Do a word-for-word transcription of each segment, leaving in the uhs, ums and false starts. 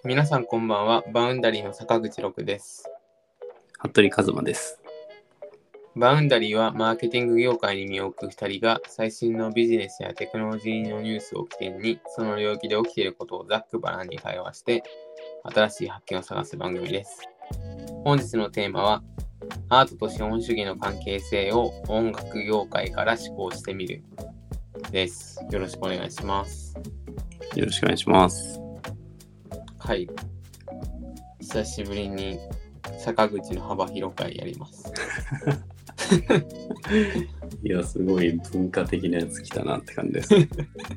皆さんこんばんは。バウンダリーの坂口六です。 服部一馬です。 バウンダリーはマーケティング業界に身を置くふたりが最新のビジネスやテクノロジーのニュースを起点にその領域で起きていることをざっくばらんに会話して新しい発見を探す番組です。本日のテーマはアートと資本主義の関係性を音楽業界から思考してみるです。よろしくお願いします。 よろしくお願いします。 はい。久しぶりに坂口の幅広会やります。 いや、すごい文化的なやつ来たなって感じです。 い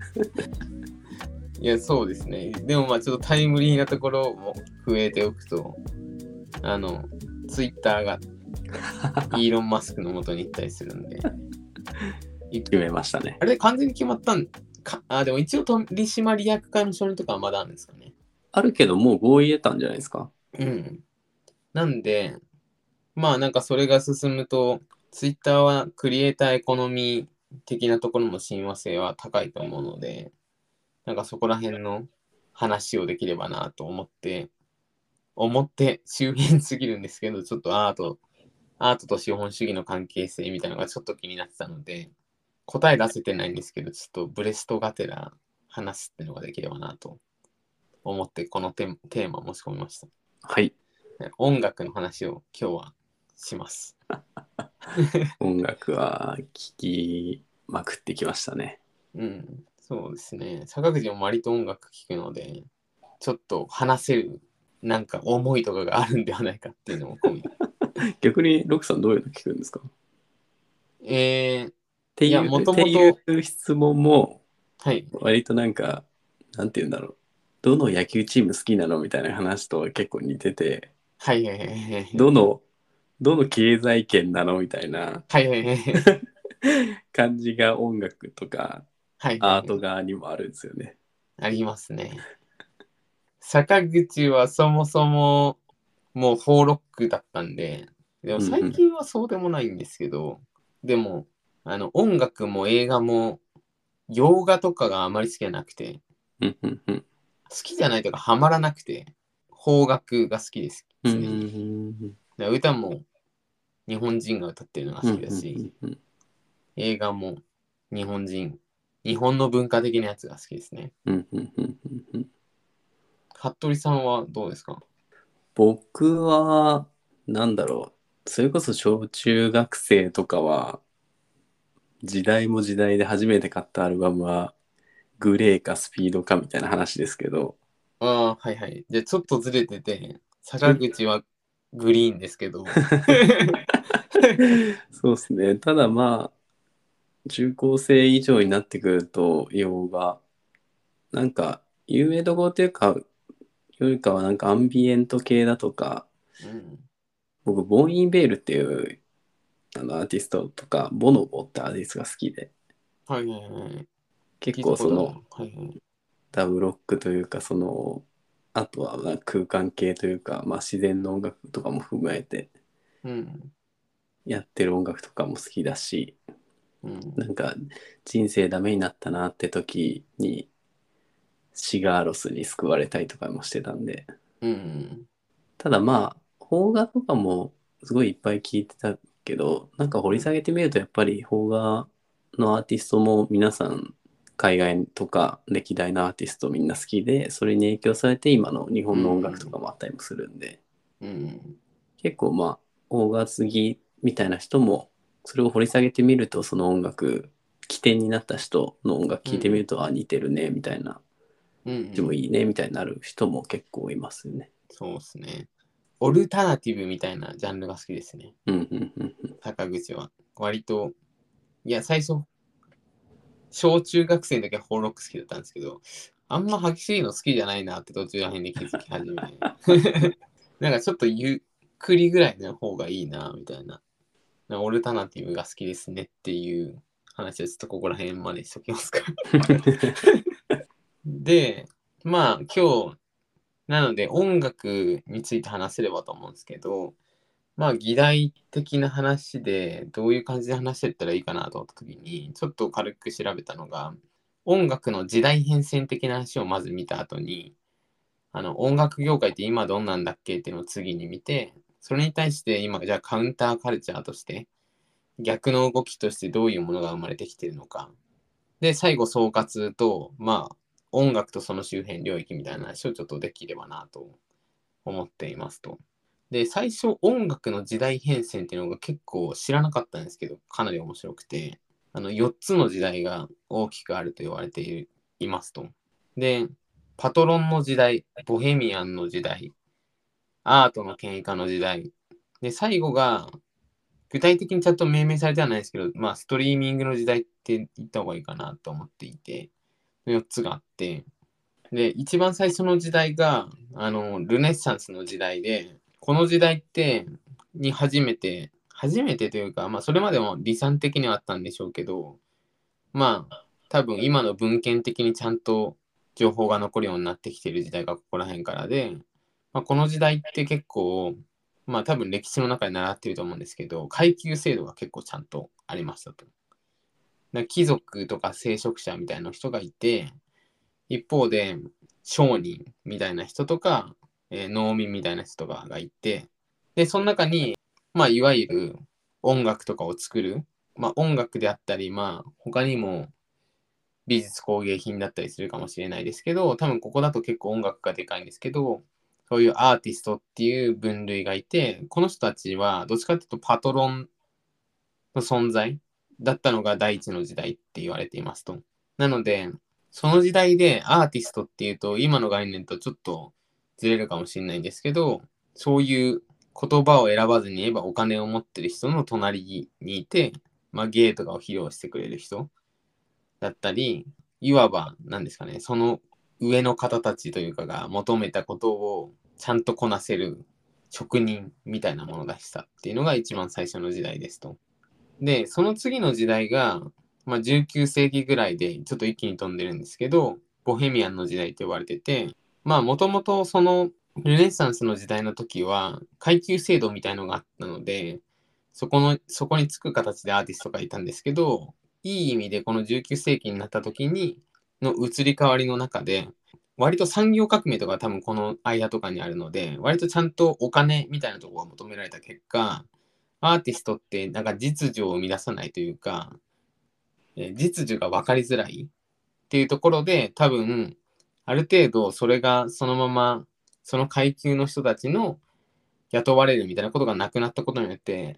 や、そうですね。でもまあちょっとタイムリーなところも増えておくと、あの、ツイッターがイーロン・マスクの元に行ったりするんで。 決めましたね。 あれ完全に決まったんか。あ、でも一応取締役会の承認とかはまだあるんですかね。 あるけど、もう合意得たんじゃないですか。 うん。なんで、まあなんかそれが進むと、ツイッターはクリエイターエコノミー的なところの親和性は高いと思うので、なんかそこら辺の話をできればなと思って、思って周辺すぎるんですけど、ちょっとアート、アートと資本主義の関係性みたいなのがちょっと気になってたので、答え出せてないんですけど、ちょっとブレストがてら話すっていうのができればなと思って、このテーマを申し込みました。 はい。 音楽の話を今日はします。 音楽は聴きまくってきましたね。 うん、そうですね。坂口も割と音楽聴くので、ちょっと話せるなんか思いとかがあるんではないかっていうのも込み。 逆にロクさんどういうの聞くんですか？っえー、 ていう、 いや、もとってもと、 いう質問も、 はい。 割となんか、なんて言うんだろう。どの野球チーム好きなのみたいな話と結構似てて、 はいはいはいはいはい。 どの、どの経済圏なのみたいなはいはいはいはい。 感じが音楽とかはいはいはい。 アート側にもあるんですよね。 ありますね。坂口はそもそももうフォーロックだったんで、でも最うんうん。 近はそうでもないんですけど、でも、あの、音楽も映画も洋画とかがあまり好きじゃなくて、 うんうんうん。 好きじゃないとかハマらなくて、邦楽が好きです、 うん常に。 うんで歌も日本人が歌ってるのが好きだうんうんうし、 んうん。 映画も日本人、日本の文化的なやつが好きですね。 うんうんうんうん。 服部さんはどうですか？ 僕は、なんだろう。それこそ小中学生とかは、時代も時代で初めて買ったアルバムは、グレーかスピードかみたいな話ですけど、 ああ、はいはい。じゃあちょっとずれてて、坂中口はグリーンですけど。 そうですね。ただまあ、中高生以上になってくると、洋画、なんか、有名どころっていうか、よりかはなんかアンビエント系だとか、 うん、 僕、ボーインベールっていうあのアーティストとか、ボノボってアーティストが好きで、 はいはいはい。 結聞いたことある。 構そのはいはい。 ダブロックというか、その、あとはまあ空間系というか、まあ、自然の音楽とかも踏まえてうん、 やってる音楽とかも好きだし、 うん、 なんか人生ダメになったなって時にシガーロスに救われたりとかもしてたんで、 うん、 ただまあ、邦画とかもすごいいっぱい聞いてたけど、なんか掘り下げてみるとやっぱり邦画のアーティストも皆さん海外とか歴代のアーティストみんな好きで、それに影響されて今の日う本の音楽とん、 かもあったりもするんで、 うん、 結構まあ、邦画好きみたいな人も、それを掘り下げてみると、その音楽、起点になった人の音楽うん、 聴いてみると、あ、似てるね、みたいな、 うん。 でもいいね、みたいになる人も結構いますよね。 そうですね。オルタナティブみたいなジャンルが好きですね。 うん、うん、うん、うん。 坂口は。割と、いや、最初、小中学生の時はホーロック好きだったんですけど、あんま激しいの好きじゃないなって途中ら辺で気づき始め。なんかちょっとゆっくりぐらいの方がいいな、みたいな。なんかオルタナティブが好きですねっていう話をちょっとここら辺までしときますか。で、まあ今日、なので音楽について話せればと思うんですけど、まあ議題的な話でどういう感じで話していったらいいかなと思った時に、ちょっと軽く調べたのが、音楽の時代変遷的な話をまず見た後に、 あの音楽業界って今どんなんだっけっていうのを次に見て、それに対して今じゃあカウンターカルチャーとして逆の動きとしてどういうものが生まれてきてるのか。で、最後総括と、まあ音楽とその周辺領域みたいな話をちょっとできればなと思っていますと。で、最初音楽の時代変遷っていうのが結構知らなかったんですけど、かなり面白くて、あのよっつの時代が大きくあると言われているいますと。で、パトロンの時代、ボヘミアンの時代、アートの権威化の時代、で、最後が、具体的にちゃんと命名されてはないですけど、まあ、ストリーミングの時代って言った方がいいかなと思っていて、よっつがあって、で、一番最初の時代が、あの、ルネッサンスの時代で、この時代って、に初めて、初めてというか、まあ、それまでも理算的にはあったんでしょうけど、まあ、多分今の文献的にちゃんと情報が残るようになってきてる時代がここら辺からで、まあ、この時代って結構、まあ多分歴史の中で習ってると思うんですけど、階級制度が結構ちゃんとありましたと。だ貴族とか聖職者みたいな人がいて、一方で商人みたいな人とか、えー農民みたいな人とかがいて、で、その中に、まあいわゆる音楽とかを作る、まあ音楽であったり、まあ他にも美術工芸品だったりするかもしれないですけど、多分ここだと結構音楽がでかいんですけど、そういうアーティストっていう分類がいて、この人たちはどっちかっていうとパトロンの存在だったのが第一の時代って言われていますと。なので、その時代でアーティストっていうと今の概念とちょっとずれるかもしれないんですけど、そういう言葉を選ばずに言えばお金を持ってる人の隣にいて、まあ、芸とかを披露してくれる人だったり、いわば何ですかね、その上の方たちというかが求めたことをちゃんとこなせる職人みたいなものでしたっていうのが一番最初の時代ですと。で、その次の時代が、まあ、じゅうきゅう世紀ぐらいでちょっと一気に飛んでるんですけど、ボヘミアンの時代と呼ばれてて、まあもともとそのルネッサンスの時代の時は階級制度みたいのがあったので、そこの、そこにつく形でアーティストがいたんですけど、いい意味でこのじゅうきゅう世紀になった時にの移り変わりの中で、割と産業革命とか多分この間とかにあるので、割とちゃんとお金みたいなところが求められた結果、アーティストってなんか実需を生み出さないというか、え実需が分かりづらいっていうところで、多分、ある程度それがそのまま、その階級の人たちの雇われるみたいなことがなくなったことによって、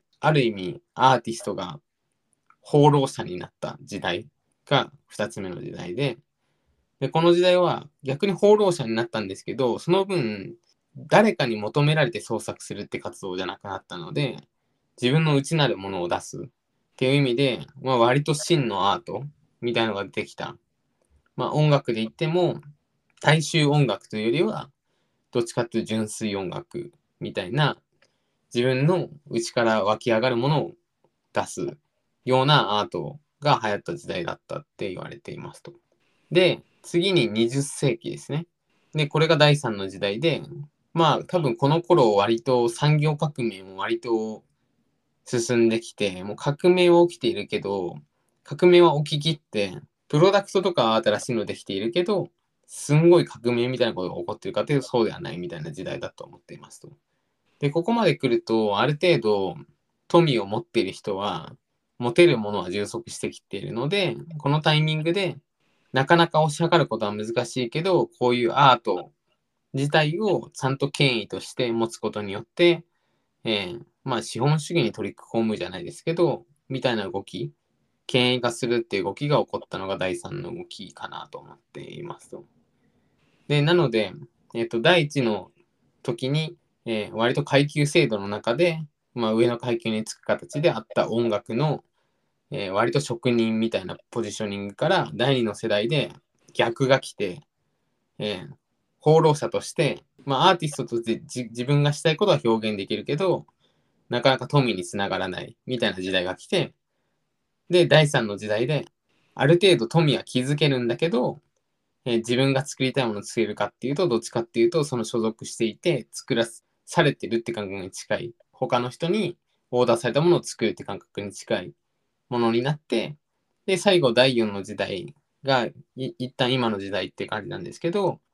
ある意味アーティストが放浪者になった時代がふたつめの時代で、で、この時代は逆に放浪者になったんですけど、その分、誰かに求められて創作するって活動じゃなくなったので、自分の内なるものを出すっていう意味で、まあ、割と真のアートみたいなのができた。まあ、音楽で言っても、大衆音楽というよりは、どっちかっていうと純粋音楽みたいな、自分の内から湧き上がるものを出すようなアートが流行った時代だったって言われていますと。で、次ににじゅっ世紀ですね。で、これがだいさんの時代で、まあ多分この頃割と産業革命も割と進んできて、もう革命は起きているけど、革命は起ききって、プロダクトとかは新しいのできているけど、すんごい革命みたいなことが起こってるかというとそうではないみたいな時代だと思っていますと。で、ここまで来ると、ある程度富を持っている人は、持てるものは充足してきているので、このタイミングでなかなか推し量ることは難しいけど、こういうアート自体をちゃんと権威として持つことによって、えー、まあ資本主義に取り込むじゃないですけど、みたいな動き、権威化するっていう動きが起こったのがだいさんの動きかなと思っていますと。で、なので、えっ、ー、と、だいいちの時に、えー、割と階級制度の中で、まあ上の階級につく形であった音楽の、えー、割と職人みたいなポジショニングからだいにの世代で逆が来て、えー、放浪者として、まあアーティストとして自分がしたいことは表現できるけど、なかなか富につながらないみたいな時代が来て、で、だいさんの時代で、ある程度富は築けるんだけど、えー自分が作りたいものを作れるかっていうと、どっちかっていうと、その所属していて、作らされてるって感覚に近い。他の人にオーダーされたものを作るって感覚に近いものになって、で、最後だいよんの時代が、い一旦今の時代って感じなんですけど、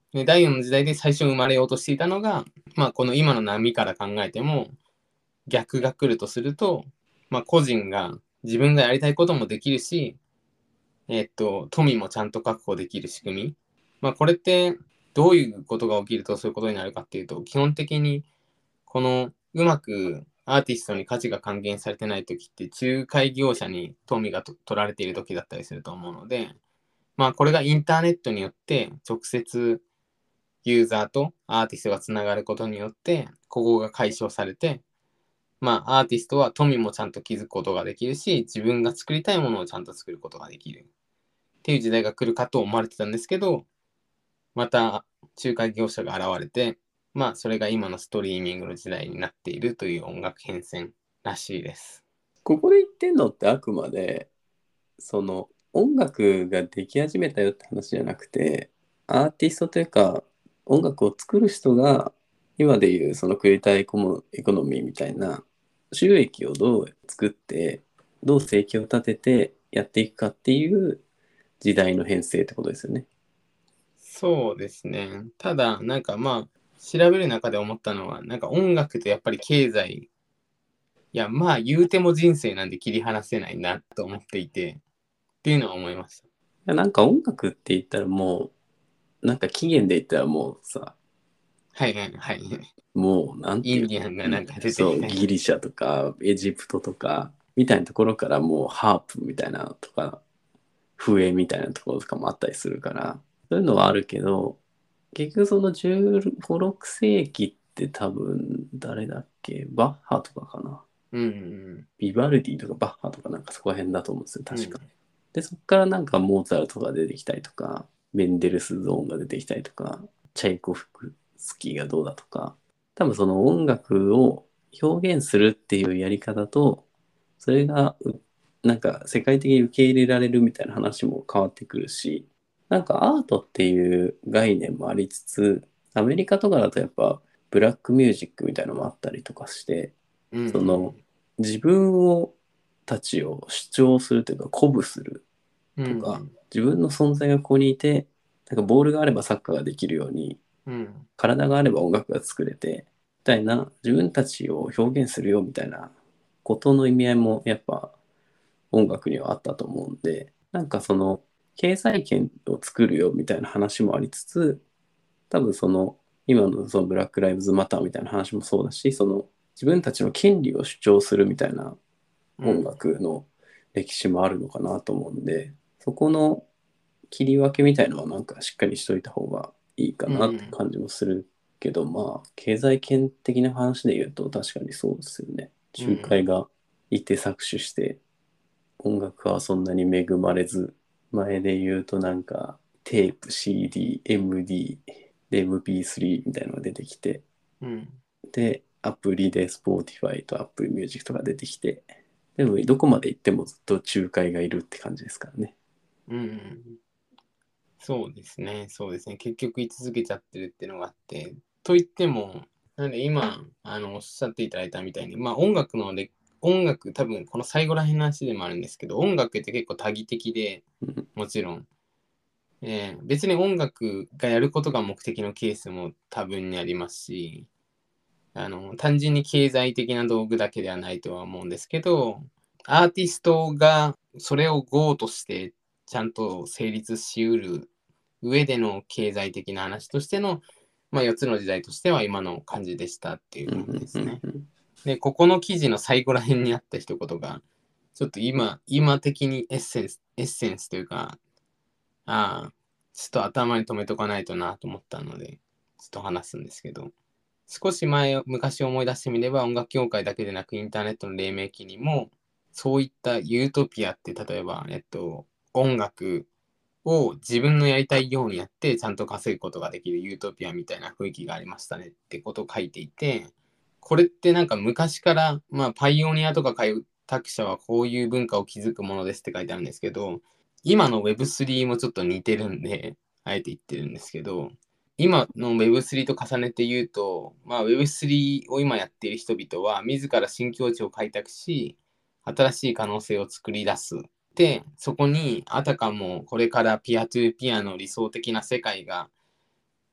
でだいよんの時代で最初生まれようとしていたのが、まあ、この今の波から考えても逆が来るとすると、まあ、個人が自分がやりたいこともできるし、えっと、富もちゃんと確保できる仕組み。まあ、これってどういうことが起きるとそういうことになるかっていうと、基本的にこのうまくアーティストに価値が還元されてない時って仲介業者に富が取られている時だったりすると思うので、まあこれがインターネットによって直接ユーザーとアーティストがつながることによってここが解消されて、まあアーティストは富もちゃんと築くことができるし、自分が作りたいものをちゃんと作ることができるっていう時代が来るかと思われてたんですけど、また仲介業者が現れて、まあそれが今のストリーミングの時代になっているという音楽変遷らしいです。 ここで言ってんのってあくまでその音楽ができ始めたよって話じゃなくて、アーティストというか音楽を作る人が今でいうそのクリエイターエコノエコノミーみたいな収益をどう作ってどう生計を立ててやっていくかっていう時代の編成ってことですよね。 そうですね。ただなんかまあ調べる中で思ったのは、なんか音楽とやっぱり経済、いやまあ言うても人生なんで切り離せないなと思っていてっていうのは思いました。 いやなんか音楽って言ったらもうなんか起源で言ったらもうさ、 はいはいはい。 もうなんていうインディアンがなんか出てそうみたいな。 ギリシャとかエジプトとかみたいなところからもうハープみたいなとか笛みたいなところとかもあったりするからそういうのはあるけど結局そのじゅうご、ろく世紀って多分誰だっけバッハとかかなうんビバルディとかバッハとかなんかそこら辺だと思うんですようんうん。 確か。でそこからなんかモーツァルトが出てきたりとかメンデルスゾーンが出てきたりとかチャイコフスキーがどうだとか多分その音楽を表現するっていうやり方とそれがなんか世界的に受け入れられるみたいな話も変わってくるしなんかアートっていう概念もありつつアメリカとかだとやっぱブラックミュージックみたいなのもあったりとかしてうんうんその自分をたちを主張するというか鼓舞するうんうとかん自分の存在がここにいてなんかボールがあればサッカーができるようにうん体があれば音楽が作れてみたいな自分たちを表現するよみたいなことの意味合いもやっぱ音楽にはあったと思うんでなんかその経済圏を作るよみたいな話もありつつ多分その今のそのブラック・ライブズ・マターみたいな話もそうだしその自分たちの権利を主張するみたいな音うん楽の歴史もあるのかなと思うんでそこの切り分けみたいのはなんかしっかりしといた方がいいかなってうん感じもするけど、まあ経済圏的な話で言うと確かにそうですよね。仲介がいて搾取して音楽はそんなに恵まれず前で言うとなんかテープ シーディー エムディー で エムピースリー みたいなのが出てきてうんでアプリで Spotify と Apple Music とか出てきてでもどこまで行ってもずっと仲介がいるって感じですからね。 うんうん。そうですね、そうですね。結局居続けちゃってるっていうのがあって、と言っても、なんで今、あの、おっしゃっていただいたみたいに、まあ音楽ので、音楽、多分この最後らへんの話でもあるんですけど、音楽って結構多義的で、 うんもちろん、えー別に音楽がやることが目的のケースも多分にありますし、あの、単純に経済的な道具だけではないとは思うんですけど、アーティストがそれを ゴー としてちゃんと成立しうる上での経済的な話としての、まあ、よっつの時代としては今の感じでしたっていう感じうんうんですね。 うんうんで、ここの記事の最後ら辺にあった一言が、ちょっと今、今的にエッセンス、エッセンスというか、ああ、ちょっと頭に留めとかないとなと思ったので、ちょっと話すんですけど、少し前、昔を思い出してみれば、音楽業界だけでなくインターネットの黎明期にも、そういったユートピアって、例えば、えっと、音楽を自分のやりたいようにやって、ちゃんと稼ぐことができるユートピアみたいな雰囲気がありましたねってことを書いていて、これってなんか昔から、まあ、パイオニアとか開拓者はこういう文化を築くものですって書いてあるんですけど、今の ウェブスリー もちょっと似てるんで、あえて言ってるんですけど、今の ウェブスリー と重ねて言うと、まあ、ウェブスリー を今やっている人々は、自ら新境地を開拓し、新しい可能性を作り出す。で、そこに、あたかもこれからピアトゥーピアの理想的な世界が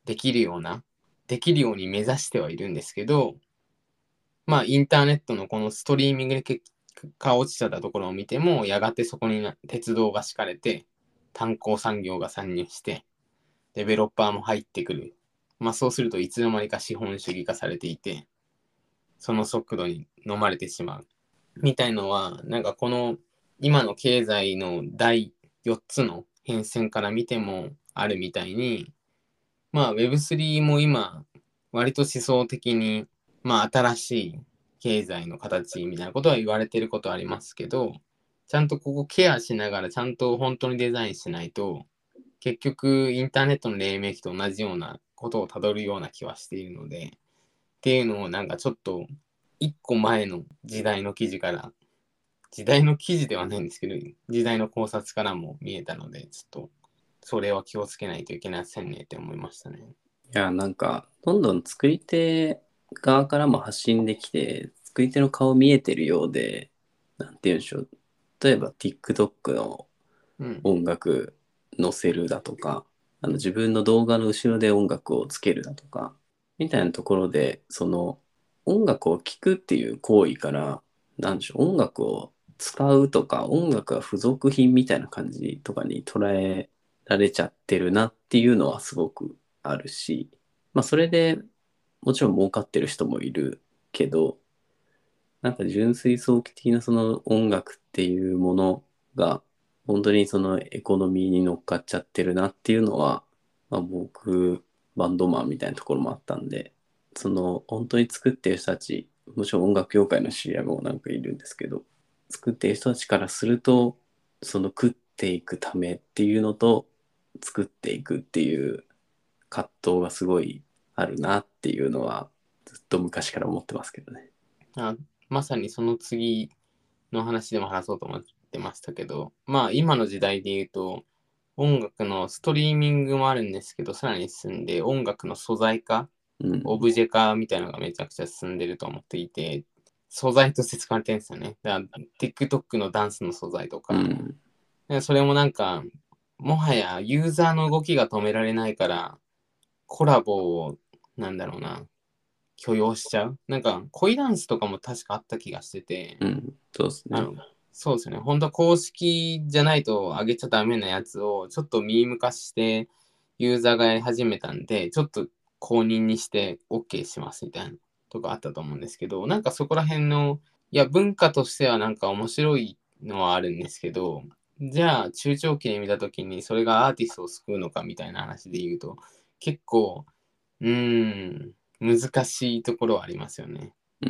できるような、できるように目指してはいるんですけど、まあインターネットのこのストリーミングで結果落ちちゃったところを見ても、やがてそこに鉄道が敷かれて、炭鉱産業が参入して、デベロッパーも入ってくる。まあそうするといつの間にか資本主義化されていて、その速度に飲まれてしまう。みたいのは、なんかこの今の経済のだいよっつの変遷から見てもあるみたいに、まあ ウェブスリー も今、割と思想的に、まあ新しい経済の形みたいなことは言われてることはありますけど、ちゃんとここケアしながらちゃんと本当にデザインしないと、結局インターネットの黎明期と同じようなことをたどるような気はしているので、っていうのをなんかちょっと一個前の時代の記事から、時代の記事ではないんですけど、時代の考察からも見えたので、ちょっとそれは気をつけないといけませんねって思いましたね。 いや、なんか、どんどん作り手側からも発信できて、作り手の顔見えてるようで、なんて言うんでしょう。例えば TikTok のうん。 音楽載せるだとか、あの自分の動画の後ろで音楽をつけるだとか、みたいなところで、その音楽を聴くっていう行為から、なんでしょう、音楽を使うとか、音楽は付属品みたいな感じとかに捉えられちゃってるなっていうのはすごくあるし、まあそれでもちろん儲かってる人もいるけど、なんか純粋早期的なその音楽っていうものが本当にそのエコノミーに乗っかっちゃってるなっていうのは、まあ、僕バンドマンみたいなところもあったんで、その本当に作ってる人たち、もちろん音楽業界の知り合いもなんかいるんですけど、作ってる人たちからすると、その食っていくためっていうのと作っていくっていう葛藤がすごいあるなっていうのはずっと昔から思ってますけどね。 あ、まさにその次の話でも話そうと思ってましたけど、まあ今の時代で言うと、音楽のストリーミングもあるんですけど、さらに進んで音楽の素材化、 うんオブジェ化みたいなのがめちゃくちゃ進んでると思っていて、素材として使われてるんですよね。だから TikTok のダンスの素材とか、 うんでそれもなんか、もはやユーザーの動きが止められないから、コラボを、なんだろうな、許容しちゃう。なんか、恋ダンスとかも確かあった気がしてて、 うん、そうですね。 あの、そうですね。本当は公式じゃないと上げちゃダメなやつを、ちょっとミーム化して、ユーザーがやり始めたんで、ちょっと公認にして OK しますみたいなとかあったと思うんですけど、なんかそこら辺の、いや、文化としてはなんか面白いのはあるんですけど、じゃあ中長期で見たときにそれがアーティストを救うのかみたいな話で言うと、結構、うーん、難しいところはありますよね。 うん、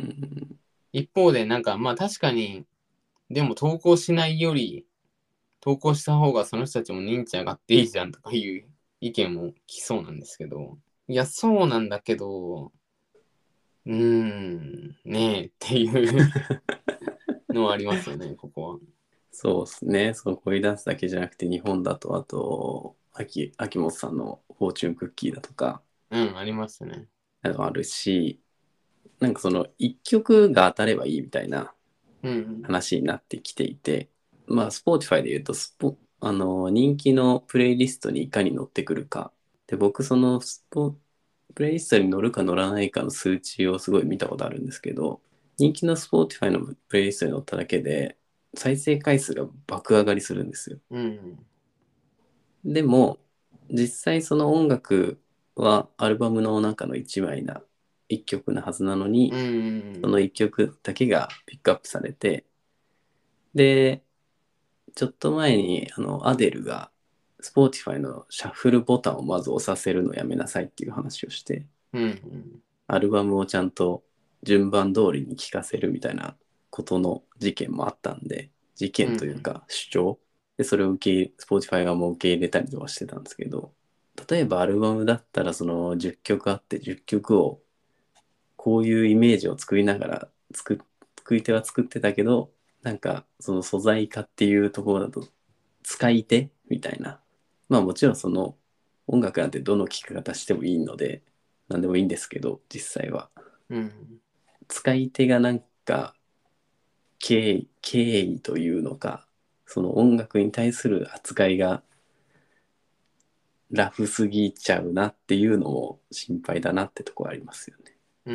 一方で、なんか、まあ確かに、でも投稿しないより、投稿した方がその人たちも認知上がっていいじゃんとかいう意見も来そうなんですけど、いや、そうなんだけど、うーん、ねえっていうのはありますよね、ここは。 そうですね。その恋ダンスだけじゃなくて、日本だと、あと、秋、秋元さんのフォーチュンクッキーだとか、 うん、ありますね。 あのあるし、なんかその一曲が当たればいいみたいなうん、 話になってきていて、まあ、Spotify で言うとスポ、あの、人気のプレイリストにいかに乗ってくるか。で、僕、そのスポ、プレイリストに乗るか乗らないかの数値をすごい見たことあるんですけど、人気の Spotify のプレイリストに乗っただけで、再生回数が爆上がりするんですよ。 うん、 でも、実際その音楽はアルバムの中の一枚な一曲なはずなのに、 うん、 その一曲だけがピックアップされて、で、ちょっと前にあのアデルが Spotify のシャッフルボタンをまず押させるのをやめなさいっていう話をして、 うん、 アルバムをちゃんと順番通りに聴かせるみたいなことの事件もあったんで、事うん、う件というん、 か主張で、それを受け入れ、Spotify 側も受け入れたりとかしてたんですけど、例えばアルバムだったらそのじゅっきょくあってじゅっきょくをこういうイメージを作りながら作作り手は作ってたけど、なんかその素材化っていうところだと使い手みたいな、まあもちろんその音楽なんてどの聴き方してもいいので何でもいいんですけど、実際はうん、 使い手がなんか敬意敬意というのか、その音楽に対する扱いがラフすぎちゃうなっていうのも心配だなってとこありますよね。 うん。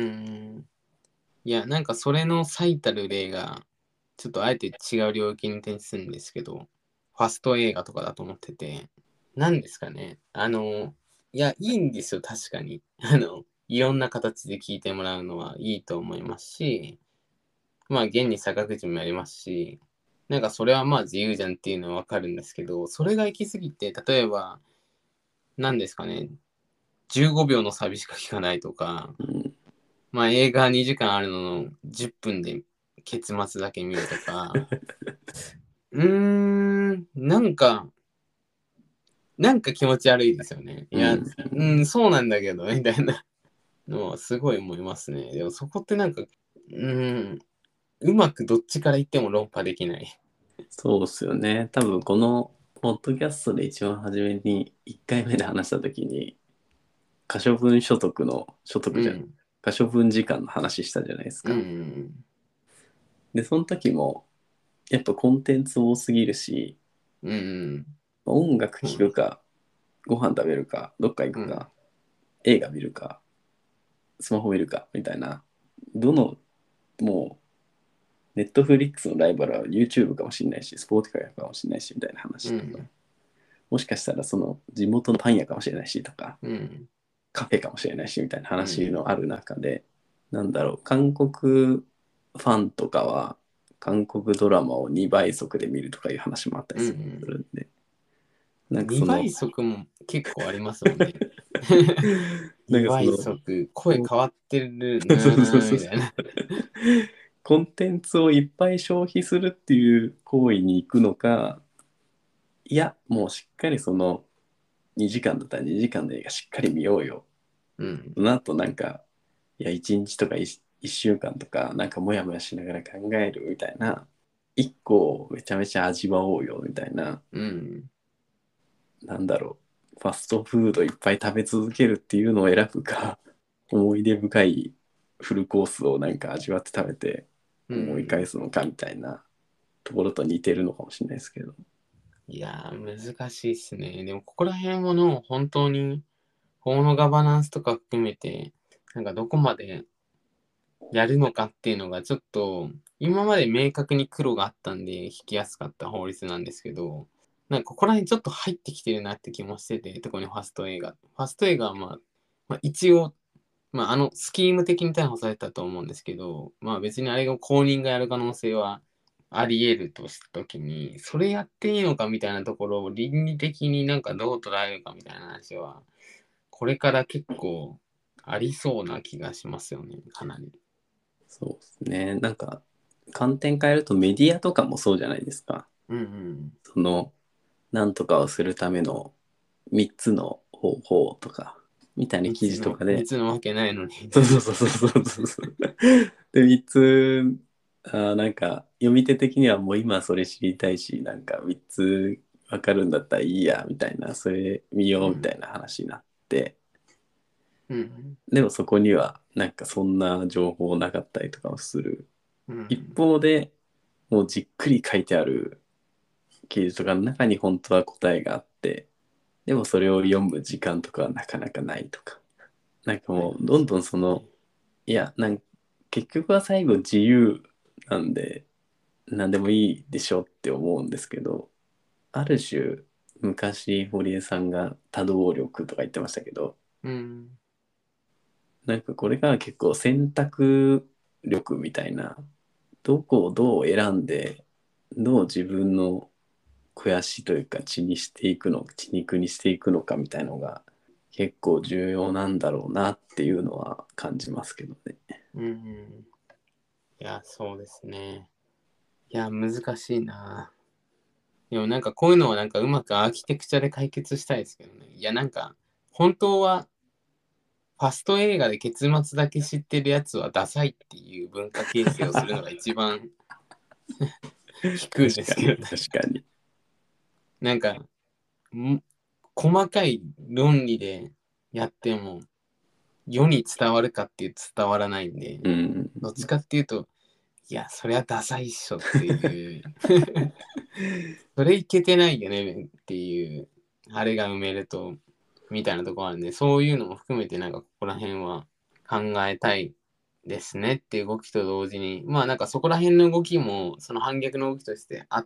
いや、なんかそれの最たる例が、ちょっとあえて違う領域に転じするんですけど、ファスト映画とかだと思ってて、何ですかね。あの、いや、いいんですよ、確かに。あの、いろんな形で聞いてもらうのはいいと思いますし、まあ、現に坂口もやりますし、なんかそれはまあ自由じゃんっていうのはわかるんですけど、それが行き過ぎて、例えば、何ですかね、じゅうごびょうのサビしか聞かないとか、 うん、 まあ映画にじかんあるののじゅっぷんで結末だけ見るとか、うーん、なんか、なんか気持ち悪いですよね。いや、 うん、 うん、そうなんだけど、みたいなのはすごい思いますね。でもそこってなんか、うん、うまくどっちから言っても論破できない。 そうっすよね。多分このポッドキャストで一番初めにいっかいめで話した時に可処分所得の所得じゃんうん、 可処分時間の話したじゃないですうか。 ん、 でその時もやっぱコンテンツ多すぎるし、 うん、 音楽うん、 聴くかご飯食べるかどっか行うん、 くか映画見るかスマホ見るかみたいな、どのもうネットフリックスのライバルは YouTube かもしれないし Spotify かもしれないしみたいな話とか、 うん、 もしかしたらその地元のパン屋かもしれないしとかうん、 カフェかもしれないしみたいなうん、 話のある中で、なんだろう、韓国ファンとかは韓国ドラマをにばい速で見るとかいう話もあったりうすん。 るんで、なんかそ 2 の倍速も結構ありますもんね。 なん 2倍かその速、声変わってる、うそうそうそうそう、 ーん、みたいな。 コンテンツをいっぱい消費するっていう行為に行くのか、いやもうしっかりそのにじかんだったらにじかんの映画しっかり見ようよ、 うん、 その後なんか、いや、いちにちとか 1, 一週間とか、なんかもやもやしながら考えるみたいな、いっこめちゃめちゃ味わおうよみたいな、 うん、 なんだろう、ファストフードいっぱい食べ続けるっていうのを選ぶか、思い出深いフルコースをなんか味わって食べてう思い返ん。 すのかみたいなところと似てるのかもしれないですけど。 いやー、難しいっすね。でも、ここら辺もの、本当に、法のガバナンスとか含めて、なんかどこまでやるのかっていうのが、ちょっと、今まで明確に黒があったんで、引きやすかった法律なんですけど、なんかここら辺ちょっと入ってきてるなって気もしてて、特にファスト映画。ファスト映画はまあ、まあ、一応、まあ、あの、スキーム的に逮捕されたと思うんですけど、まあ別にあれが公認がやる可能性はあり得るとしたときに、それやっていいのかみたいなところを倫理的になんかどう捉えるかみたいな話は、これから結構ありそうな気がしますよね、かなり。 そうですね。なんか、観点変えるとメディアとかもそうじゃないですか。 うんうん。 その、なんとかをするためのみっつの方法とか、みたいな記密の、 事とかで、 密のわけないのに、みたいな。 そうそうそうそうそうそう。で、みっつ、あーなんか、読み手的にはもう今それ知りたいし、なんかみっつわかるんだったらいいや、みたいな、それ見ようみたいうん。 な話になって、 うん。 でもそこにはなんかそんな情報なかったりとかをする。一うん。 方でもうじっくり書いてある記事とかの中に本当は答えがあって、でもそれを読む時間とかはなかなかないとか。なんかありもうどんますね。 どんその、いや、なん結局は最後自由なんで何でもいいでしょって思うんですけど、ある種昔堀江さんが多動力とか言ってましたけど、 うん。 なんかこれが結構選択力みたいな、どこをどう選んでどう自分の肥やしというか血にしていくの血肉にしていくのかみたいのが結構重要なんだろうなっていうのは感じますけどね。 うん。いや、そうですね。いや、難しいな。でもなんかこういうのはなんかうまくアーキテクチャで解決したいですけどね。いや、なんか、本当はファスト映画で結末だけ知ってるやつはダサいっていう文化形成をするのが一番引くんです確かにけどね。 確かに。 なんか、ん細かい論理でやっても世に伝わるかっていうと伝わらないんで、 うん。 どっちかっていうと、いや、そりゃダサいっしょっていうそれいけてないよねっていう、あれが埋めると。 みたいなところあるんで、そういうのも含めてなんかここら辺は考えたいですねっていう動きと同時に、まあなんかそこら辺の動きもその反逆の動きとしてあって、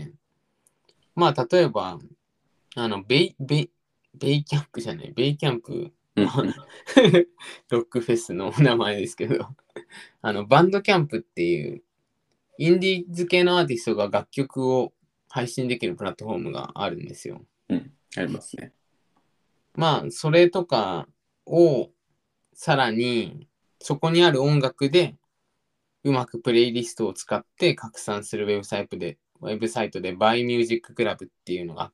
まあ例えば、あの、ベイ、ベイ、ベイキャンプじゃない、ベイキャンプのロックフェスの名前ですけど、あの、バンドキャンプっていう、インディーズ系のアーティストが楽曲を配信できるプラットフォームがあるんですよ。 うん、ありますね。 まあ、それとかを、さらに、そこにある音楽で、うまくプレイリストを使って拡散するウェブサイトで、ウェブサイトで By Music Club っていうのがあって、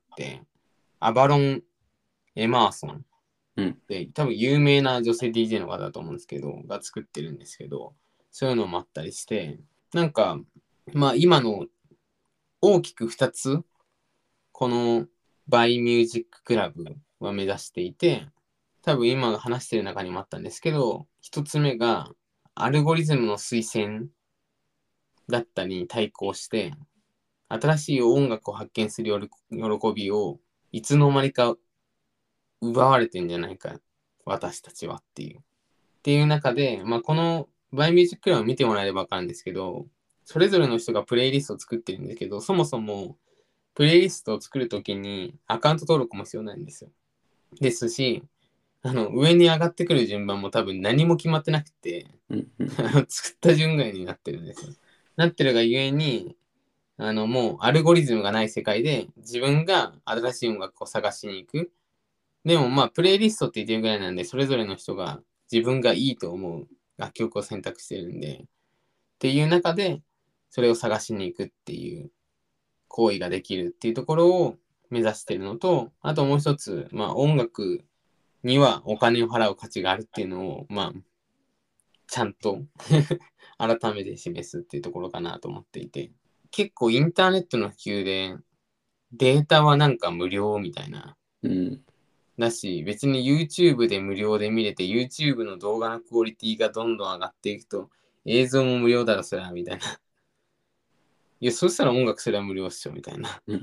アバロン・エマーソンうん。 って多分有名な女性 ディージェー の方だと思うんですけど、が作ってるんですけど、そういうのもあったりして、なんか、まあ今の大きくふたつ、この By Music Club は目指していて、多分今話してる中にもあったんですけど、ひとつめがアルゴリズムの推薦だったに対抗して、新しい音楽を発見する喜びをいつの間にか奪われてんじゃないか、私たちはっていう。っていう中で、まあ、この By Music Club を見てもらえればわかるんですけど、それぞれの人がプレイリストを作ってるんですけど、そもそもプレイリストを作るときにアカウント登録も必要なんですよ。ですし、あの、上に上がってくる順番も多分何も決まってなくて、 うんうん、 作った順ぐらいになってるんですよ。なってるがゆえに、あの、もうアルゴリズムがない世界で自分が新しい音楽を探しに行く。でもまあ、プレイリストって言ってるぐらいなんで、それぞれの人が自分がいいと思う楽曲を選択してるんで、っていう中で、それを探しに行くっていう行為ができるっていうところを目指してるのと、あともう一つ、まあ音楽にはお金を払う価値があるっていうのを、まあ、ちゃんと改めて示すっていうところかなと思っていて、結構インターネットの普及でデータはなんか無料みたいな。 うん、 だし、別に YouTube で無料で見れて、YouTube の動画のクオリティがどんどん上がっていくと、映像も無料だろ、そりゃ、みたいな。いや、そしたら音楽それは無料っしょ、みたいなうん、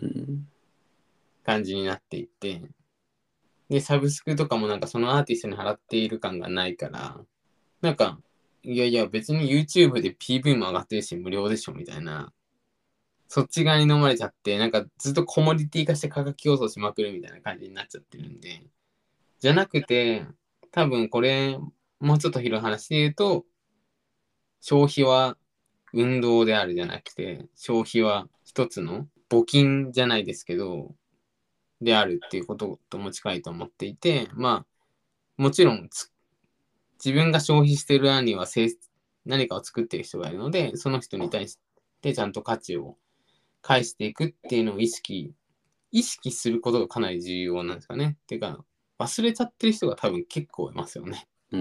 感じになっていって。で、サブスクとかもなんかそのアーティストに払っている感がないから、なんか、いやいや、別に YouTube で ピーブイ も上がってるし、無料でしょ、みたいな。そっち側に飲まれちゃって、なんかずっとコモディティ化して価格競争しまくるみたいな感じになっちゃってるんで。じゃなくて、多分これ、もうちょっと広い話で言うと、消費は運動であるじゃなくて、消費は一つの募金じゃないですけど、であるっていうこととも近いと思っていて、まあ、もちろん自分が消費している案には何かを作っている人がいるので、その人に対してちゃんと価値を返していくっていうのを意識、意識することがかなり重要なんですかね。っていうか、忘れちゃってる人が多分結構いますよね。 うん。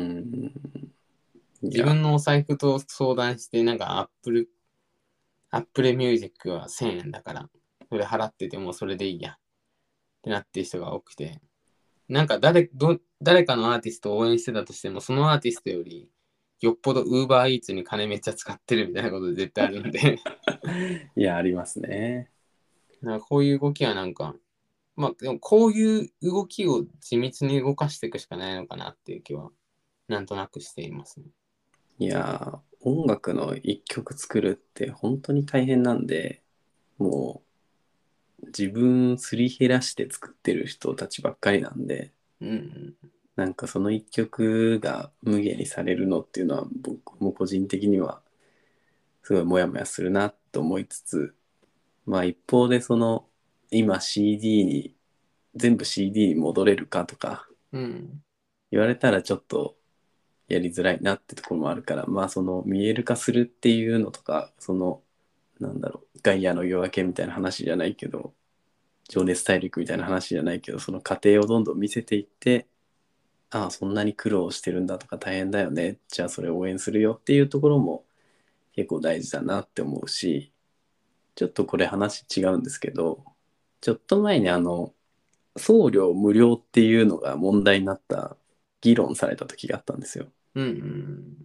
い自や、 分のお財布と相談して、なんかアップル、アップルミュージックはせんえんだから、それ払っててもそれでいいやってなってる人が多くて、なんか誰、ど、誰かのアーティストを応援してたとしても、そのアーティストより、よっぽど Uber Eats に金めっちゃ使ってるみたいなこと絶対あるんでいや、ありますね。 なんかこういう動きはなんか、まあ、でもこういう動きを地道に動かしていくしかないのかなっていう気は、なんとなくしていますね。 いや、音楽の一曲作るって本当に大変なんで、もう自分すり減らして作ってる人たちばっかりなんで、 うん、 なんかその一曲が無限にされるのっていうのは僕も個人的にはすごいモヤモヤするなと思いつつ、まあ一方でその今 シーディー に全部 シーディー に戻れるかとかうん、 言われたらちょっとやりづらいなってところもあるから、まあその見える化するっていうのとか、そのなんだろう、ガイアの夜明けみたいな話じゃないけど、情熱大陸みたいな話じゃないけど、その過程をどんどん見せていって、ああ、そんなに苦労してるんだとか大変だよね。じゃあそれ応援するよっていうところも結構大事だなって思うし、ちょっとこれ話違うんですけど、ちょっと前にあの、送料無料っていうのが問題になった、議論された時があったんですよ。 うん、うん、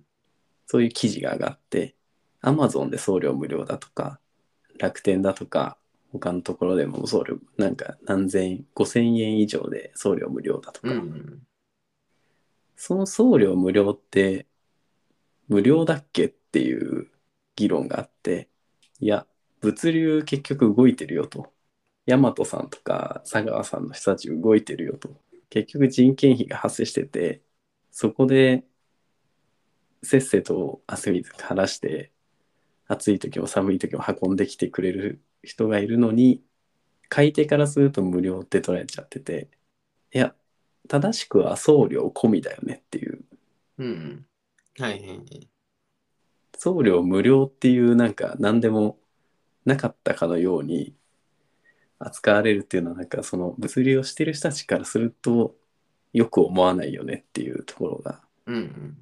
そういう記事が上がって、Amazon で送料無料だとか、楽天だとか、 他のところでも送料なんか何千ごせんえん以上で送料無料だとうんうか、 ん。 その送料無料って無料だっけっていう議論があって、いや物流結局動いてるよと、大和さんとか佐川さんの人たち動いてるよと、結局人件費が発生してて、そこでせっせと汗水垂らして暑い時も寒い時も運んできてくれる人がいるのに、買い手からすると無料って捉えちゃってて、いや正しくは送料込みだよねっていう、 うんうん。はいはいはい。 送料無料っていうなんか何でもなかったかのように扱われるっていうのは、なんかその物流をしてる人たちからするとよく思わないよねっていうところが、 うんうん。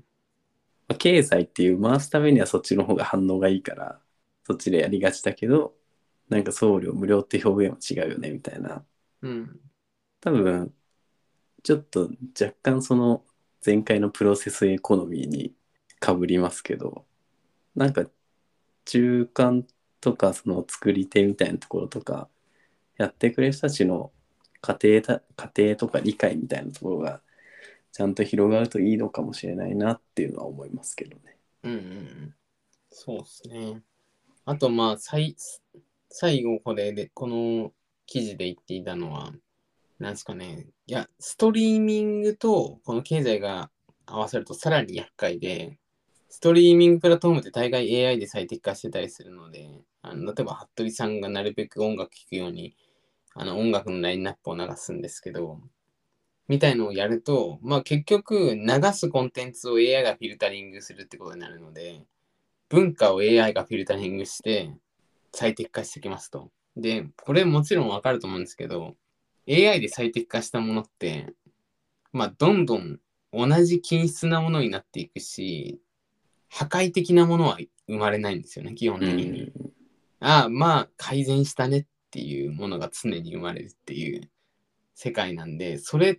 まあ経済っていう回すためにはそっちの方が反応がいいからそっちでやりがちだけど、なんか送料無料って表現は違うよねみたいな、 うん。 多分ちょっと若干その前回のプロセスエコノミーにかぶりますけど、なんか中間とかその作り手みたいなところとかやってくれる人たちの家庭だ家庭とか理解みたいなところがちゃんと広がるといいのかもしれないなっていうのは思いますけどね。 うんうんうん。そうですね。あと、まあ、最、最後これで、この記事で言っていたのは、なんですかね。いや、ストリーミングとこの経済が合わさるとさらに厄介で、ストリーミングプラットフォームって大概 エーアイ で最適化してたりするので、あの例えば服部さんがなるべく音楽聴くように、あの音楽のラインナップを流すんですけど、みたいのをやると、まあ結局流すコンテンツを エーアイ がフィルタリングするってことになるので、文化を エーアイ がフィルタリングして最適化してきますと。で、これもちろんわかると思うんですけど、エーアイ で最適化したものって、まあどんどん同じ均質なものになっていくし、破壊的なものは生まれないんですよね、基本う的に。 ん。 ああ、まあ改善したねっていうものが常に生まれるっていう世界なんで、それって、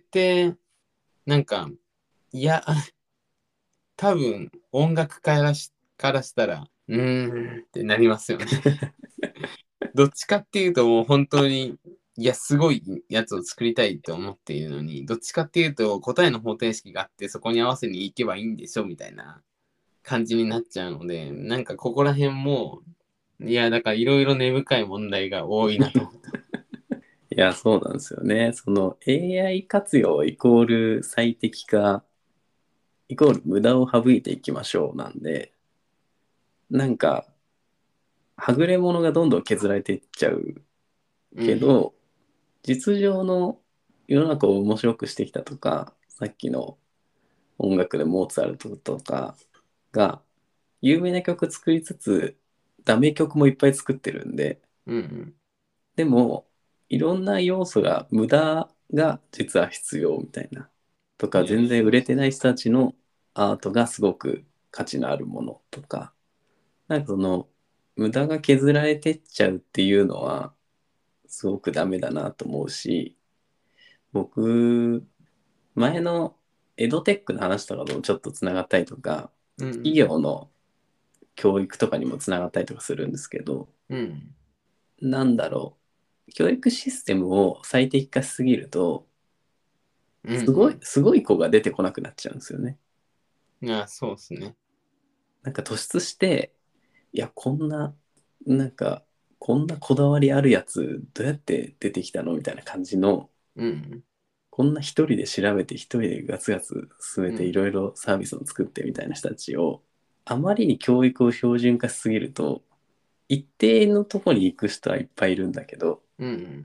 なんか、いや、多分音楽家からしからしたら、うーんってなりますよね。どっちかっていうともう本当に、いや、すごいやつを作りたいと思っているのに、どっちかっていうと答えの方程式があって、そこに合わせに行けばいいんでしょみたいな感じになっちゃうので、なんかここら辺も、いや、だからいろいろ根深い問題が多いなと思った。 いや、そうなんですよね。その エーアイ 活用イコール最適化イコール無駄を省いていきましょうなんで、なんか、はぐれ者がどんどん削られていっちゃううん。 けど、実情の世の中を面白くしてきたとか、さっきの音楽でモーツァルトとかが有名な曲作りつつ、ダメ曲もいっぱい作ってるんで、 うん。 でも、いろんな要素が無駄が実は必要みたいな。とか、 いや、 全然売れてそうそう。 ない人たちのアートがすごく価値のあるものとか、なんかその、無駄が削られてっちゃうっていうのは、すごくダメだなと思うし、僕、前のエドテックの話とかともちょっとつながったりとか、企うん。 業の教育とかにもつながったりとかするんですけど、 うん。 なんだろう、教育システムを最適化しすぎると、 うん。うすごい、 ん。 すごい子が出てこなくなっちゃうんですよね。 いや、そうですね。 なんか突出して、いや、こんな、なんか、こんなこだわりあるやつ、どうやって出てきたのみたいな感じの、 うん。 こんな一人で調べて、一人でガツガツ進めて、いうん。 ろいろサービスを作ってみたいな人たちを、あまりに教育を標準化しすぎると、一定のとこに行く人はいっぱいいるんだけど、 うん。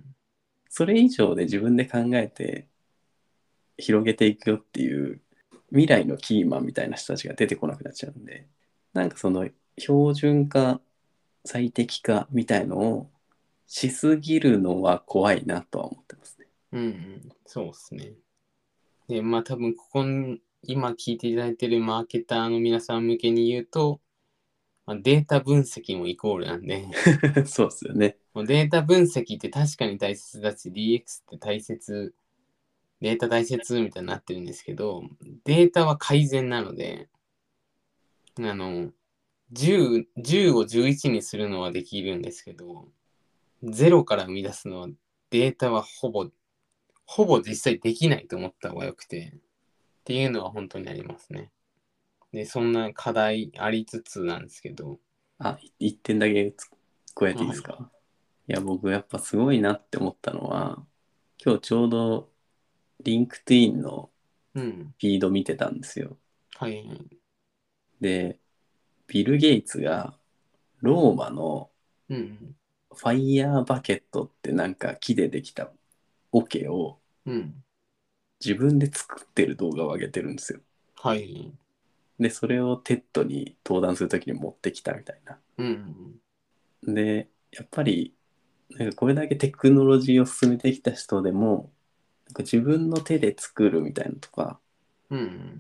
それ以上で自分で考えて広げていくよっていう未来のキーマンみたいな人たちが出てこなくなっちゃうんで、なんかその標準化、最適化みたいのをしすぎるのは怖いなとは思ってますね。 うん。そうですね。で、まあ多分ここに、今聞いていただいているマーケターの皆さん向けに言うと、まあ、データ分析もイコールなんで、 そうですよね。 もうデータ分析って確かに大切だし、ディーエックス って大切、データ大切みたいになってるんですけど、データは改善なので、あの、じゅう、じゅうをじゅういちにするのはできるんですけど、 ゼロから生み出すのはデータはほぼ、ほぼ実際できないと思った方がよくて、っていうのは本当にありますね。で、そんな課題ありつつなんですけど、 あ、い一点だけつ加えていいはい。 ですか？いや、僕やっぱすごいなって思ったのは、今日ちょうどリンクトインのうん。 フィード見てたんですよ。 はいはい。 で、ビル・ゲイツがローマのうん。 ファイヤーバケットってなんか木でできた桶をうん。 自分で作ってる動画を上げてるんですよ。 はい。 で、それをテッドに登壇するときに持ってきたみたいな。 うん。 で、やっぱり、なんかこれだけテクノロジーを進めてきた人でも、なんか自分の手で作るみたいなのとかうん。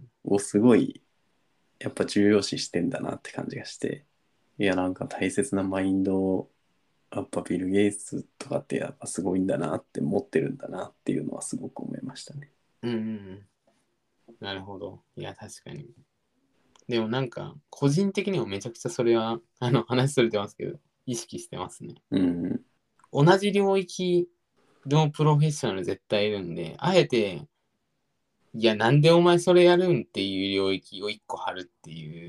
をすごい、やっぱ重要視してんだなって感じがして、いや、なんか大切なマインドを、やっぱビル・ゲイツとかってやっぱすごいんだなって持ってるんだなっていうのはすごく思いましたね。 うん。うん。なるほど。いや、確かに。でもなんか、個人的にもめちゃくちゃそれは、あの、話それてますけど、意識してますね。 うん。 同じ領域のプロフェッショナル絶対いるんで、あえて、いや、なんでお前それやるんっていう領域を一個貼るっていう。 うん。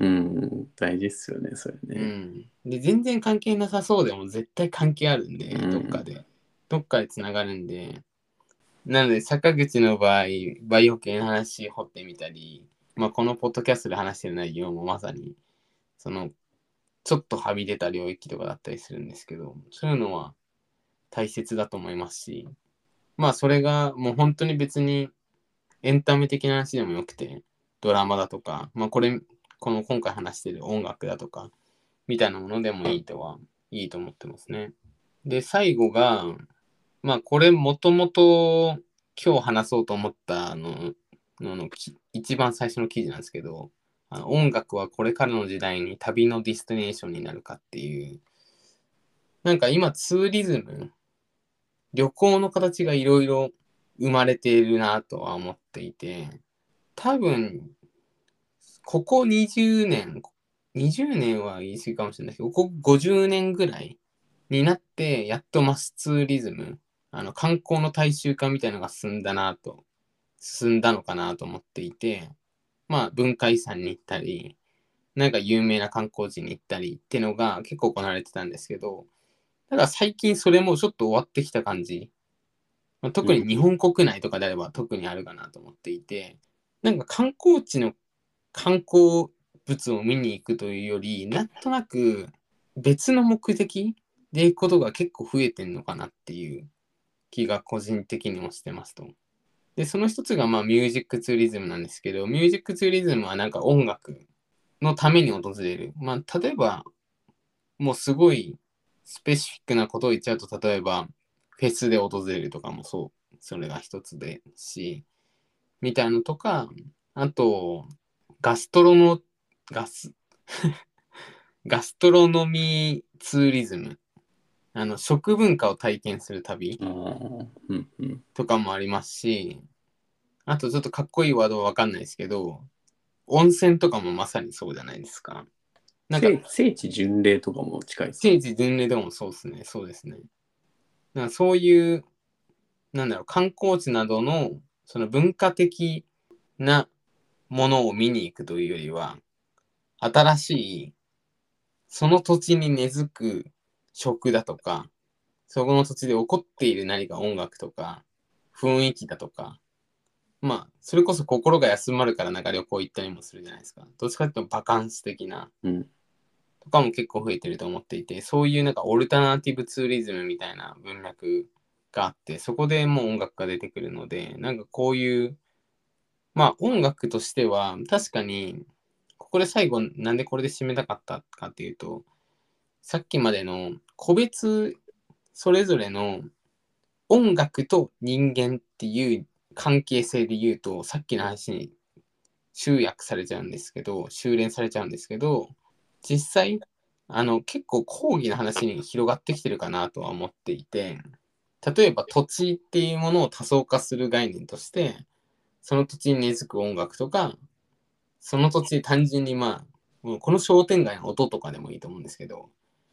大事っすよね、それね。 うん。で、全然関係なさそうでも絶対関係あるんうで、どっかん。 で。どっかでつながるんで。なので、坂口の場合、バイオ系の話掘ってみたり、まあ、このポッドキャストで話してる内容もまさに、その、ちょっとはみ出た領域とかだったりするんですけど、そういうのは大切だと思いますし、まあ、それがもう本当に別にエンタメ的な話でもよくて、ドラマだとか、まあ、これ、この今回話してる音楽だとか、みたいなものでもいいとは、いいと思ってますね。で、最後が、まあ、これもともと今日話そうと思ったあの、のの一番最初の記事なんですけど、あの音楽はこれからの時代に旅のディスティネーションになるかっていう、なんか今ツーリズム、旅行の形がいろいろ生まれているなとは思っていて、多分、ここにじゅうねん、にじゅうねんは言い過ぎかもしれないけど、ここごじゅうねんぐらいになって、やっとマスツーリズム、あの観光の大衆化みたいなのが進んだなと、進んだのかなと思っていて、まあ文化遺産に行ったり、なんか有名な観光地に行ったりってのが結構行われてたんですけど、ただ最近それもちょっと終わってきた感じ。まあ、特に日うん。 本国内とかであれば特にあるかなと思っていて、なんか観光地の観光物を見に行くというより、なんとなく別の目的で行くことが結構増えてんのかなっていう気が個人的にもしてますと。で、その一つがまあミュージックツーリズムなんですけど、ミュージックツーリズムはなんか音楽のために訪れる。まあ、例えば、もうすごいスペシフィックなことを言っちゃうと、例えば、フェスで訪れるとかもそう、それが一つでし、みたいなのとか、あと、ガストロの、ガス、ガストロノミーツーリズム。あの、食文化を体験する旅ああ、うんうん。 とかもありますし、あとちょっとかっこいいワードはわかんないですけど、温泉とかもまさにそうじゃないですか。なんか、 聖聖地巡礼とかも近いですか？ 聖地巡礼でもそうですね、そうですね。なんかそういう、なんだろう、観光地などの、その文化的なものを見に行くというよりは、新しい、その土地に根付く食だとか、そこの土地で起こっている何か音楽とか、雰囲気だとか、まあ、それこそ心が休まるからなんか旅行行ったりもするじゃないですか。どっちかっていうとバカンス的な、 うん。 とかも結構増えてると思っていて、そういうなんかオルタナティブツーリズムみたいな文脈があって、そこでもう音楽が出てくるので、なんかこういう、まあ音楽としては確かに、ここで最後なんでこれで締めたかったかっていうと、さっきまでの個別それぞれの音楽と人間っていう関係性で言うと、さっきの話に集約されちゃうんですけど、修練されちゃうんですけど、実際、あの、結構講義の話に広がってきてるかなとは思っていて、例えば土地っていうものを多層化する概念として、その土地に根付く音楽とか、その土地で単純にまあ、もうこの商店街の音とかでもいいと思うんですけど、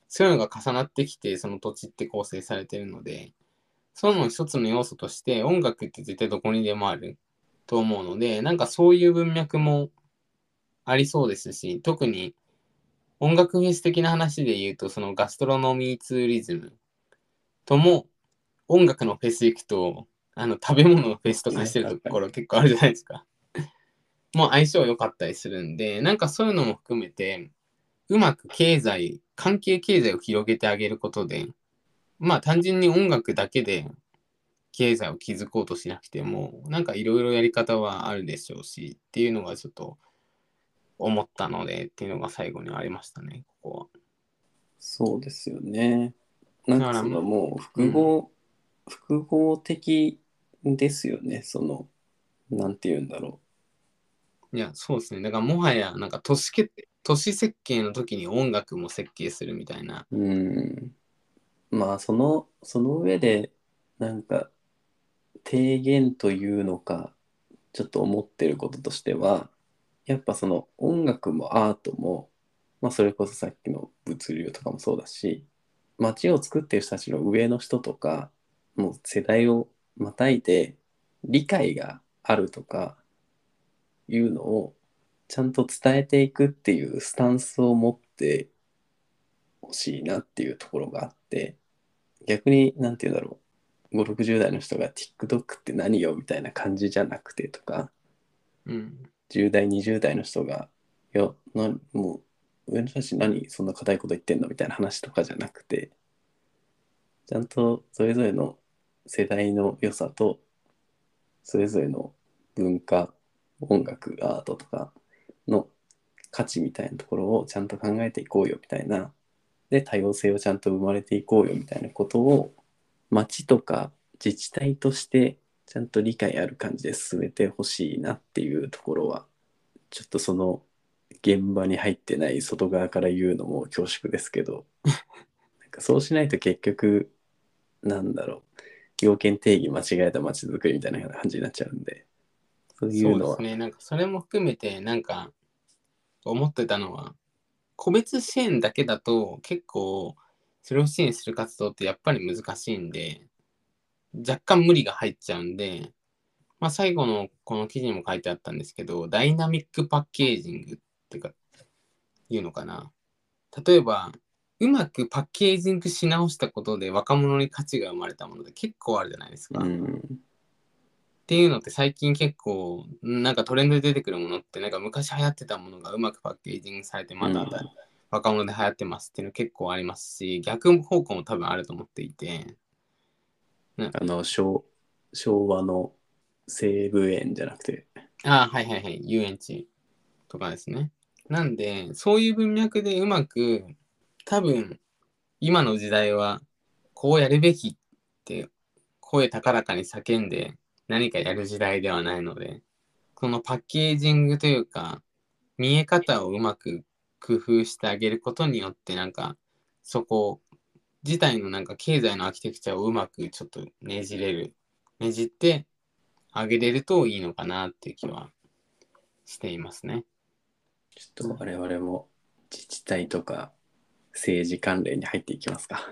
そういうのが重なってきて、その土地って構成されてるので、その一つの要素として音楽って絶対どこにでもあると思うので、なんかそういう文脈もありそうですし、特に音楽フェス的な話で言うと、そのガストロノミーツーリズムとも音楽のフェス行くと、あの食べ物のフェスとかしてるところ結構あるじゃないですか。もう相性良かったりするんで、なんかそういうのも含めて、うまく経済、関係経済を広げてあげることで、まあ単純に音楽だけで経済を築こうとしなくても、なんかいろいろやり方はあるでしょうし、っていうのがちょっと思ったので、っていうのが最後にありましたね、ここは。 そうですよね。なんだから、 かそのもううん。 複合、複合的ですよね。その、なんて言うんだろいや、そうですね。だからもはや、なんか都市け、都市設計の時に音楽も設計するみたいな。 う。うん。まあその、その上で、なんか提言というのか、ちょっと思ってることとしては、やっぱその音楽もアートも、まあそれこそさっきの物流とかもそうだし、街を作ってる人たちの上の人とか、もう世代をまたいで理解があるとかいうのをちゃんと伝えていくっていうスタンスを持ってほしいなっていうところがあって、逆になんて言うんだろう、ご、ろくじゅう代の人が TikTok って何よみたいな感じじゃなくてとか、 うん。 じゅう代、にじゅう代の人が、いや、なもう、上の人たち何そんな硬いこと言ってんのみたいな話とかじゃなくて、ちゃんとそれぞれの世代の良さと、それぞれの文化、音楽、アートとかの価値みたいなところをちゃんと考えていこうよみたいな、で、多様性をちゃんと生まれていこうよみたいなことを、町とか自治体としてちゃんと理解ある感じで進めてほしいなっていうところは、ちょっとその現場に入ってない外側から言うのも恐縮ですけど、なんかそうしないと結局、なんだろう、要件定義間違えた街づくりみたいな感じになっちゃうんで、そういうのは、 そうですね。なんかそれも含めて、なんか思ってたのは、個別支援だけだと結構、それを支援する活動ってやっぱり難しいんで、若干無理が入っちゃうんで、まあ最後のこの記事にも書いてあったんですけど、ダイナミックパッケージングっていうか、いうのかな。例えば、うまくパッケージングし直したことで若者に価値が生まれたもので結構あるじゃないですうか。 ん、 っていうのって最近結構、なんかトレンドで出てくるものって、なんか昔流行ってたものがうまくパッケージングされてうん、 また若者で流行ってますっていうの結構ありますし、逆方向も多分あると思っていて、ね、 あの昭、昭和の西武園じゃなくて、 ああ、はいはいはい、遊園地とかですね。なんで、そういう文脈でうまく、多分、今の時代は、こうやるべきって声高らかに叫んで何かやる時代ではないので、このパッケージングというか、見え方をうまく工夫してあげることによって、なんか、そこ自体のなんか経済のアーキテクチャをうまくちょっとねじれる、ねじってあげれるといいのかなっていう気はしていますね。 ちょっと我々も自治体とか政治関連に入っていきますか。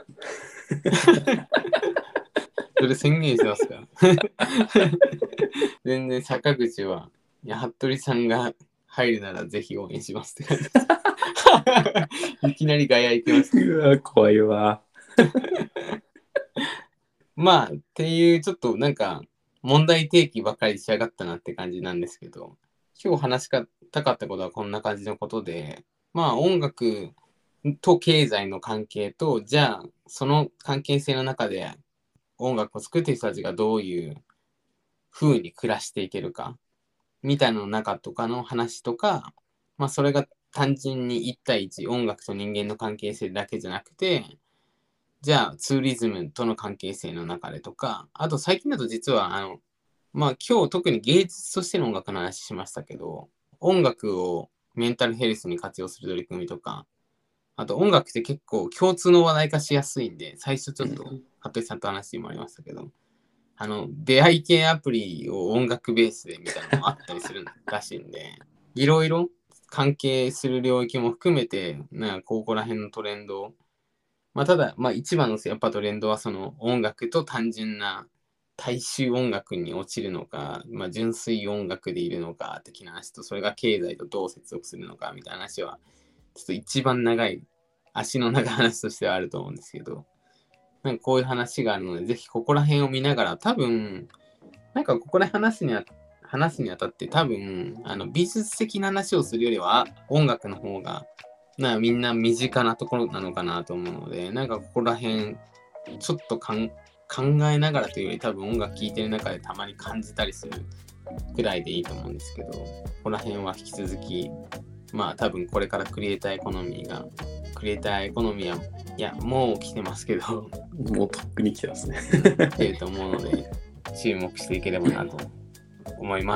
それ宣言しますか？全然坂口は、いや、服部さんが入るならぜひ応援しますって感じです。いきなりガヤ行きました。 うわ、怖いわ。 まあ、っていうちょっとなんか問題提起ばかりしやがったなって感じなんですけど、今日話したかったことはこんな感じのことで、まあ音楽と経済の関係と、じゃあその関係性の中で音楽を作ってる人たちがどういう風に暮らしていけるか、みたいなの中とかの話とか、まあそれが単純にいち対いち、音楽と人間の関係性だけじゃなくて、じゃあツーリズムとの関係性の中でとか、あと最近だと実はあの、まあ今日特に芸術としての音楽の話しましたけど、音楽をメンタルヘルスに活用する取り組みとか、あと音楽って結構共通の話題化しやすいんで、最初ちょっと服部さんと話にもありましたけど、あの、出会い系アプリを音楽ベースでみたいなのもあったりするらしいんで、いろいろ関係する領域も含めて、なんかここら辺のトレンドまあ、ただ、まあ、一番のやっぱトレンドはその音楽と単純な大衆音楽に落ちるのか、まあ、純粋音楽でいるのか的な話と、それが経済とどう接続するのかみたいな話は、ちょっと一番長い、足の長い話としてはあると思うんですけど、なんかこういう話があるので、ぜひここら辺を見ながら、多分、なんかここら辺話すにあ話すにあたって多分、あの美術的な話をするよりは音楽の方が、なみんな身近なところなのかなと思うので、なんかここら辺、ちょっとかん考えながらというより多分音楽聴いてる中でたまに感じたりするくらいでいいと思うんですけど、ここら辺は引き続き、まあ多分これからクリエイターエコノミーが、クリエイターエコノミーは、いや、もう来てますけど、 もうとっくに来てますね。 来てると思うので、注目していければなと思います。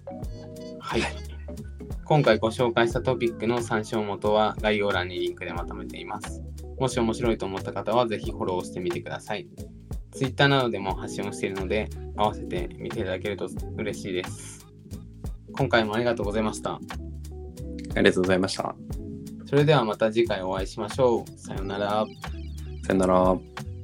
はい。今回ご紹介したトピックの参照元は概要欄にリンクでまとめています。もし面白いと思った方はぜひフォローしてみてください。Twitter などでも発信をしているので、合わせて見ていただけると嬉しいです。今回もありがとうございました。 ありがとうございました。 それではまた次回お会いしましょう。さようなら。 さよなら。